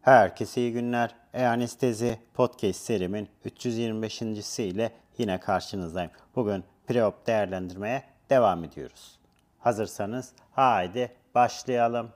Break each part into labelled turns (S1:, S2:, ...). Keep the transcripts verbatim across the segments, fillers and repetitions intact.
S1: Herkese iyi günler. E-Anestezi Podcast serimin üç yüz yirmi beşincisi ile yine karşınızdayım. Bugün preop değerlendirmeye devam ediyoruz. Hazırsanız haydi başlayalım.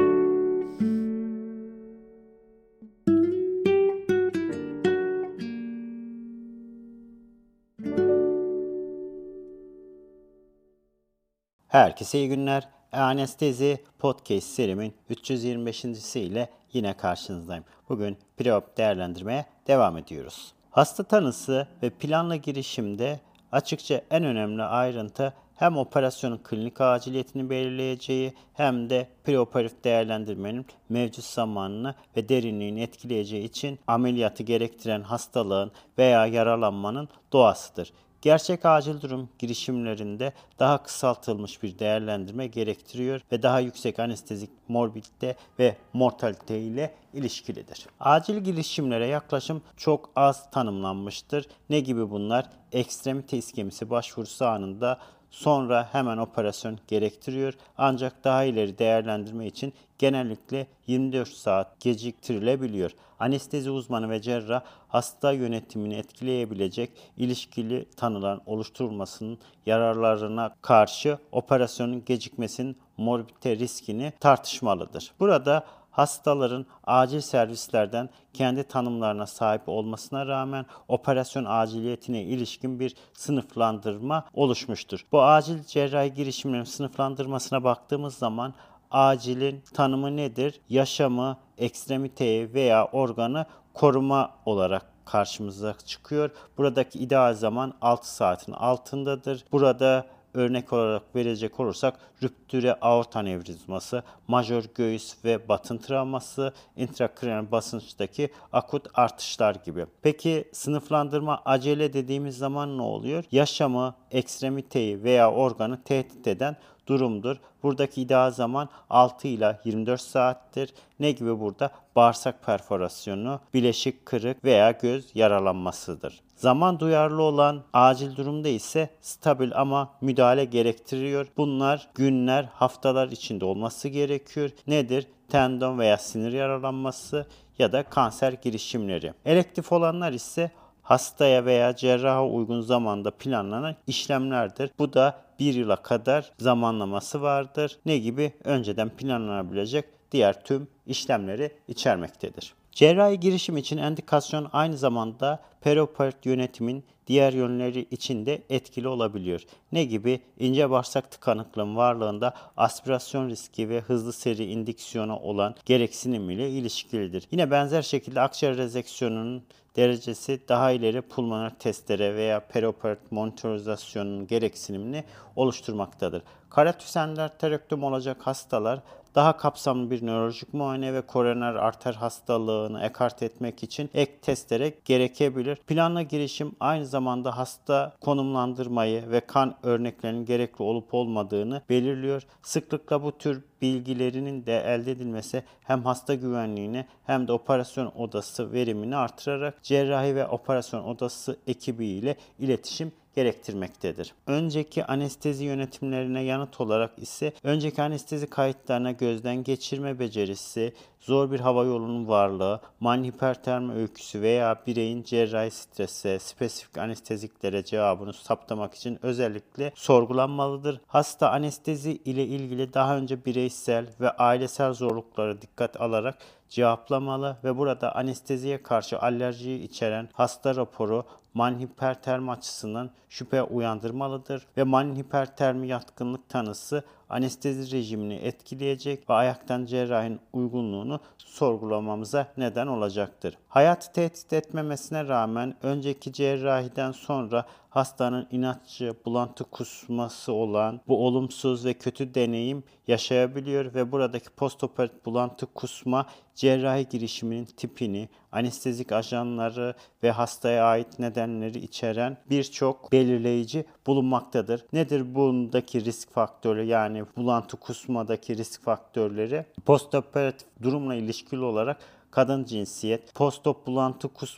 S1: Herkese iyi günler. E-Anestezi Podcast serimin üç yüz yirmi beşincisi ile yine karşınızdayım. Bugün preop değerlendirmeye devam ediyoruz. Hasta tanısı ve planlı girişimde açıkça en önemli ayrıntı hem operasyonun klinik aciliyetini belirleyeceği hem de preoperatif değerlendirmenin mevcut zamanını ve derinliğini etkileyeceği için ameliyatı gerektiren hastalığın veya yaralanmanın doğasıdır. Gerçek acil durum girişimlerinde daha kısaltılmış bir değerlendirme gerektiriyor ve daha yüksek anestezik morbidite ve mortalite ile ilişkilidir. Acil girişimlere yaklaşım çok az tanımlanmıştır. Ne gibi bunlar? Ekstremite iskemisi başvurusu anında sonra hemen operasyon gerektiriyor. Ancak daha ileri değerlendirme için genellikle yirmi dört saat geciktirilebiliyor. Anestezi uzmanı ve cerrah hasta yönetimini etkileyebilecek ilişkili tanıların oluşturulmasının yararlarına karşı operasyonun gecikmesinin morbidite riskini tartışmalıdır. Burada hastaların acil servislerden kendi tanımlarına sahip olmasına rağmen operasyon aciliyetine ilişkin bir sınıflandırma oluşmuştur. Bu acil cerrahi girişimlerin sınıflandırmasına baktığımız zaman acilin tanımı nedir? Yaşamı, ekstremiteyi veya organı koruma olarak karşımıza çıkıyor. Buradaki ideal zaman altı saatin altındadır. Burada örnek olarak verecek olursak rüptüre aort anevrizması, majör göğüs ve batın travması, intrakraniyal basınçtaki akut artışlar gibi. Peki sınıflandırma acele dediğimiz zaman ne oluyor? Yaşamı, ekstremiteyi veya organı tehdit eden durumdur. Buradaki ideal zaman altı ila yirmi dört saattir. Ne gibi burada? Bağırsak perforasyonu, bileşik kırık veya göz yaralanmasıdır. Zaman duyarlı olan acil durumda ise stabil ama müdahale gerektiriyor. Bunlar günler, haftalar içinde olması gerekiyor. Nedir? Tendon veya sinir yaralanması ya da kanser girişimleri. Elektif olanlar ise hastaya veya cerraha uygun zamanda planlanan işlemlerdir. Bu da bir yıla kadar zamanlaması vardır. Ne gibi? Önceden planlanabilecek diğer tüm işlemleri içermektedir. Cerrahi girişim için endikasyon aynı zamanda perioperatif yönetimin diğer yönleri için de etkili olabiliyor. Ne gibi? İnce bağırsak tıkanıklığının varlığında aspirasyon riski ve hızlı seri indüksiyona olan gereksinim ile ilişkilidir. Yine benzer şekilde akciğer rezeksiyonunun derecesi daha ileri pulmoner testlere veya perioperatif monitorizasyonun gereksinimini oluşturmaktadır. Karotis endarterektomi olacak hastalar daha kapsamlı bir nörolojik muayene ve koroner arter hastalığını ekart etmek için ek testlere gerekebilir. Planlı girişim aynı zamanda hasta konumlandırmayı ve kan örneklerinin gerekli olup olmadığını belirliyor. Sıklıkla bu tür bilgilerinin de elde edilmesi hem hasta güvenliğini hem de operasyon odası verimini artırarak cerrahi ve operasyon odası ekibiyle iletişim gerektirmektedir. Önceki anestezi yönetimlerine yanıt olarak ise önceki anestezi kayıtlarına gözden geçirme becerisi, zor bir hava yolunun varlığı, mani hipertermi öyküsü veya bireyin cerrahi strese, spesifik anesteziklere cevabını saptamak için özellikle sorgulanmalıdır. Hasta anestezi ile ilgili daha önce bireysel ve ailesel zorlukları dikkat alarak cevaplamalı ve burada anesteziye karşı alerjiyi içeren hasta raporu mani hipertermi açısından şüphe uyandırmalıdır ve mani hipertermi yatkınlık tanısı anestezi rejimini etkileyecek ve ayaktan cerrahinin uygunluğunu sorgulamamıza neden olacaktır. Hayatı tehdit etmemesine rağmen önceki cerrahiden sonra hastanın inatçı, bulantı kusması olan bu olumsuz ve kötü deneyim yaşayabiliyor ve buradaki postoperatif bulantı kusma cerrahi girişiminin tipini, anestezik ajanları ve hastaya ait nedenleri içeren birçok belirleyici bulunmaktadır. Nedir bundaki risk faktörü, yani bulantı kusmadaki risk faktörleri? Postoperatif durumla ilişkili olarak kadın cinsiyet, postop bulantı kusma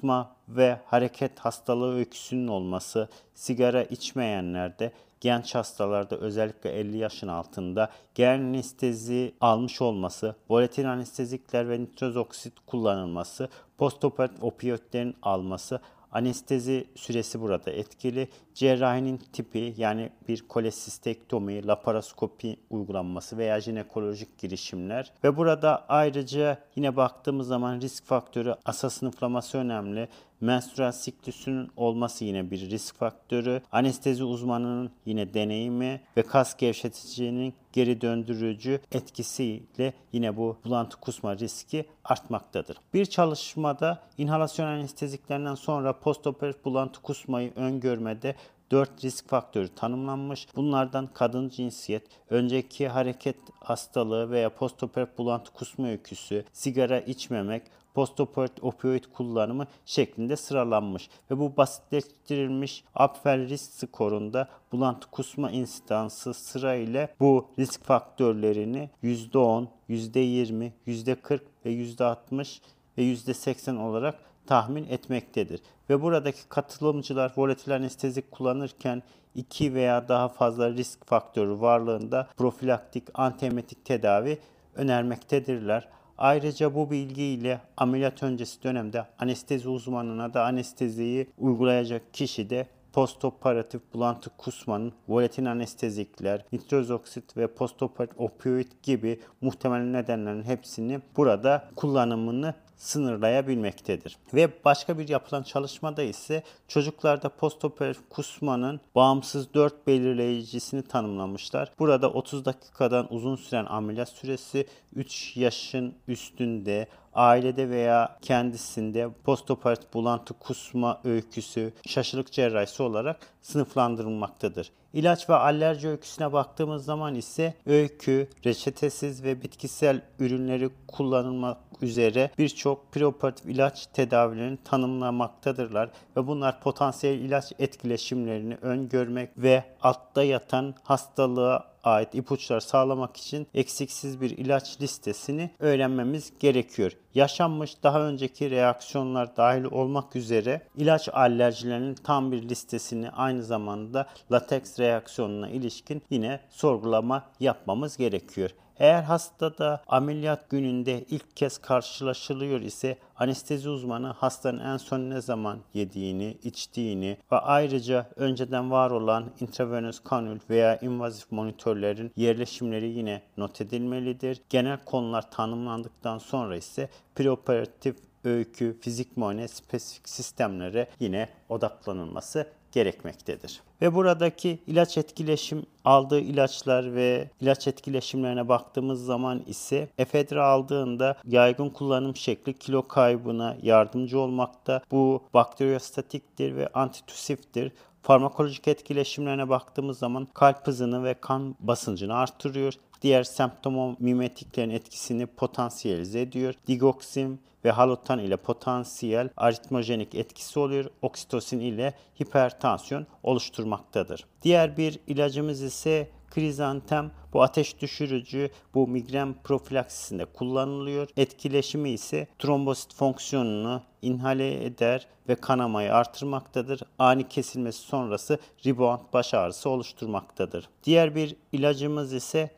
S1: ve hareket hastalığı öyküsünün olması, sigara içmeyenlerde, genç hastalarda özellikle elli yaşın altında genel anestezi almış olması, volatil anestezikler ve nitroz oksit kullanılması, postoperatif opioidlerin alması, anestezi süresi burada etkili. Cerrahinin tipi yani bir kolesistektomi, laparoskopi uygulanması veya jinekolojik girişimler ve burada ayrıca yine baktığımız zaman risk faktörü asa sınıflaması önemli. Menstrüel siklusunun olması yine bir risk faktörü. Anestezi uzmanının yine deneyimi ve kas gevşeticinin geri döndürücü etkisiyle yine bu bulantı kusma riski artmaktadır. Bir çalışmada inhalasyon anesteziklerinden sonra postoperatif bulantı kusmayı öngörmede dört risk faktörü tanımlanmış. Bunlardan kadın cinsiyet, önceki hareket hastalığı veya postoperatif bulantı kusma öyküsü, sigara içmemek, postoperatif opioid kullanımı şeklinde sıralanmış ve bu basitleştirilmiş Apfel risk skorunda bulantı kusma insidansı sırayla bu risk faktörlerini yüzde on, yüzde yirmi, yüzde kırk ve yüzde altmış ve yüzde seksen olarak tahmin etmektedir. Ve buradaki katılımcılar volatil anestezik kullanırken iki veya daha fazla risk faktörü varlığında profilaktik antiemetik tedavi önermektedirler. Ayrıca bu bilgiyle ameliyat öncesi dönemde anestezi uzmanına da anesteziyi uygulayacak kişi de postoperatif bulantı kusmanın volatil anestezikler, nitroz oksit ve postoperatif opioid gibi muhtemel nedenlerin hepsini burada kullanımını sınırlayabilmektedir. Ve başka bir yapılan çalışmada ise çocuklarda postoperatif kusmanın bağımsız dört belirleyicisini tanımlamışlar. Burada otuz dakikadan uzun süren ameliyat süresi, üç yaşın üstünde, ailede veya kendisinde postoperatif bulantı kusma öyküsü, şaşılık cerrahisi olarak sınıflandırılmaktadır. İlaç ve alerji öyküsüne baktığımız zaman ise öykü, reçetesiz ve bitkisel ürünleri kullanılmak üzere birçok preoperatif ilaç tedavilerini tanımlamaktadırlar ve bunlar potansiyel ilaç etkileşimlerini öngörmek ve altta yatan hastalığa ait ipuçları sağlamak için eksiksiz bir ilaç listesini öğrenmemiz gerekiyor. Yaşanmış daha önceki reaksiyonlar dahil olmak üzere ilaç alerjilerinin tam bir listesini aynı zamanda lateks reaksiyonuna ilişkin yine sorgulama yapmamız gerekiyor. Eğer hastada ameliyat gününde ilk kez karşılaşılıyor ise anestezi uzmanı hastanın en son ne zaman yediğini, içtiğini ve ayrıca önceden var olan intravenöz kanül veya invazif monitörlerin yerleşimleri yine not edilmelidir. Genel konular tanımlandıktan sonra ise preoperatif öykü, fizik muayene, spesifik sistemlere yine odaklanılması gerekmektedir. Ve buradaki ilaç etkileşim aldığı ilaçlar ve ilaç etkileşimlerine baktığımız zaman ise efedra aldığında yaygın kullanım şekli kilo kaybına yardımcı olmakta. Bu bakteriyostatiktir ve antitüsiftir. Farmakolojik etkileşimlerine baktığımız zaman kalp hızını ve kan basıncını artırıyor. Diğer semptomomimetiklerin etkisini potansiyelize ediyor. Digoksin ve halotan ile potansiyel aritmojenik etkisi oluyor. Oksitosin ile hipertansiyon oluşturmaktadır. Diğer bir ilacımız ise krizantem. Bu ateş düşürücü, bu migren profilaksisinde kullanılıyor. Etkileşimi ise trombosit fonksiyonunu inhale eder ve kanamayı artırmaktadır. Ani kesilmesi sonrası rebound baş ağrısı oluşturmaktadır. Diğer bir ilacımız ise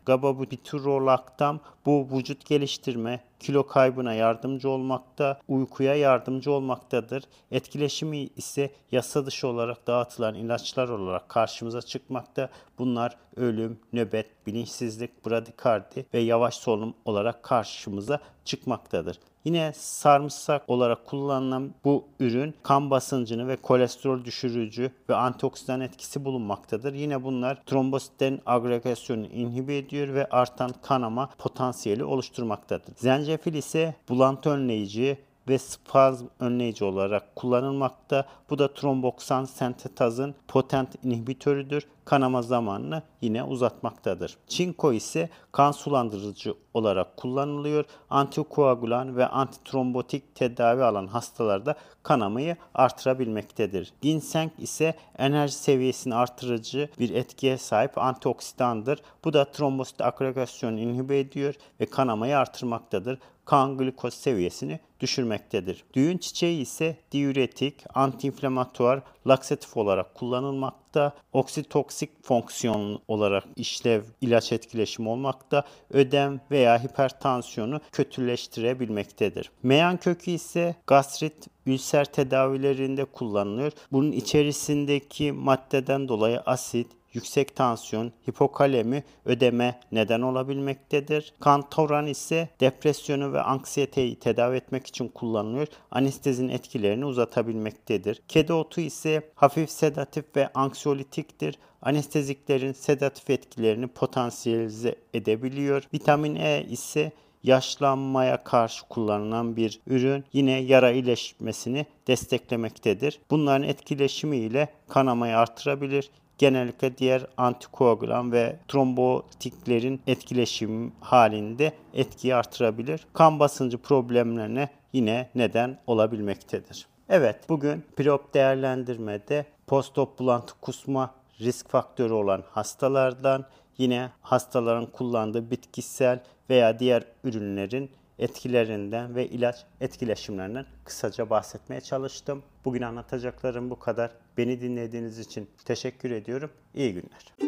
S1: gabapentin. Bu vücut geliştirme, kilo kaybına yardımcı olmakta, uykuya yardımcı olmaktadır. Etkileşimi ise yasa dışı olarak dağıtılan ilaçlar olarak karşımıza çıkmakta. Bunlar ölüm, nöbet, bilinçsizlik, bradikardi ve yavaş solunum olarak karşımıza çıkmaktadır. Yine sarımsak olarak kullanılan bu ürün kan basıncını ve kolesterol düşürücü ve antioksidan etkisi bulunmaktadır. Yine bunlar trombositlerin agregasyonunu inhibe ediyor ve artan kanama potansiyeli oluşturmaktadır. Zencefil ise bulantı önleyici ve spazm önleyici olarak kullanılmakta. Bu da tromboksan sentetazın potent inhibitörüdür. Kanama zamanını yine uzatmaktadır. Çinko ise kan sulandırıcı olarak kullanılıyor. Antikoagülan ve antitrombotik tedavi alan hastalarda kanamayı artırabilmektedir. Ginseng ise enerji seviyesini artırıcı bir etkiye sahip antioksidandır. Bu da trombosit agregasyonu inhibe ediyor ve kanamayı artırmaktadır. kan glikoz seviyesini düşürmektedir. Düğün çiçeği ise diüretik, antiinflamatuar, laksatif olarak kullanılmakta, oksitoksik fonksiyon olarak işlev, ilaç etkileşimi olmakta, ödem veya hipertansiyonu kötüleştirebilmektedir. Meyan kökü ise gastrit, ülser tedavilerinde kullanılıyor. Bunun içerisindeki maddeden dolayı asit, yüksek tansiyon, hipokalemi, ödeme neden olabilmektedir. Kantoran ise depresyonu ve anksiyeteyi tedavi etmek için kullanılıyor. Anestezinin etkilerini uzatabilmektedir. Kedi otu ise hafif sedatif ve anksiyolitiktir. Anesteziklerin sedatif etkilerini potansiyelize edebiliyor. Vitamin E ise yaşlanmaya karşı kullanılan bir ürün, yine yara iyileşmesini desteklemektedir. Bunların etkileşimiyle kanamayı artırabilir. Genellikle diğer antikoagulan ve trombotiklerin etkileşim halinde etkiyi artırabilir. Kan basıncı problemlerine yine neden olabilmektedir. Evet, bugün preop değerlendirmede postop bulantı kusma risk faktörü olan hastalardan, yine hastaların kullandığı bitkisel veya diğer ürünlerin etkilerinden ve ilaç etkileşimlerinden kısaca bahsetmeye çalıştım. Bugün anlatacaklarım bu kadar. Beni dinlediğiniz için teşekkür ediyorum. İyi günler.